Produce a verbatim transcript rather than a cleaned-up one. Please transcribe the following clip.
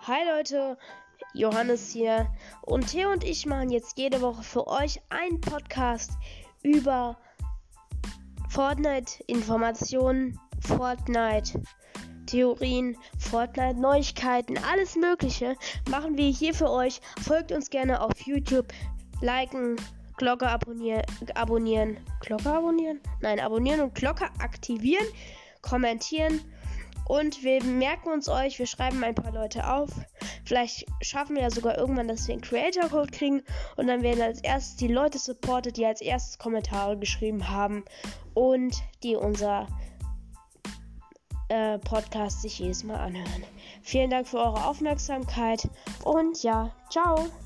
Hi Leute, Johannes hier und Theo und ich machen jetzt jede Woche für euch einen Podcast über Fortnite-Informationen, Fortnite-Theorien, Fortnite-Neuigkeiten, alles Mögliche machen wir hier für euch. Folgt uns gerne auf YouTube, liken, Glocke abonnieren, abonnieren, Glocke abonnieren? Nein, abonnieren und Glocke aktivieren, kommentieren. Und wir merken uns euch, wir schreiben ein paar Leute auf. Vielleicht schaffen wir ja sogar irgendwann, dass wir einen Creator-Code kriegen. Und dann werden als erstes die Leute supportet, die als erstes Kommentare geschrieben haben. Und die unser äh, Podcast sich jedes Mal anhören. Vielen Dank für eure Aufmerksamkeit. Und ja, ciao.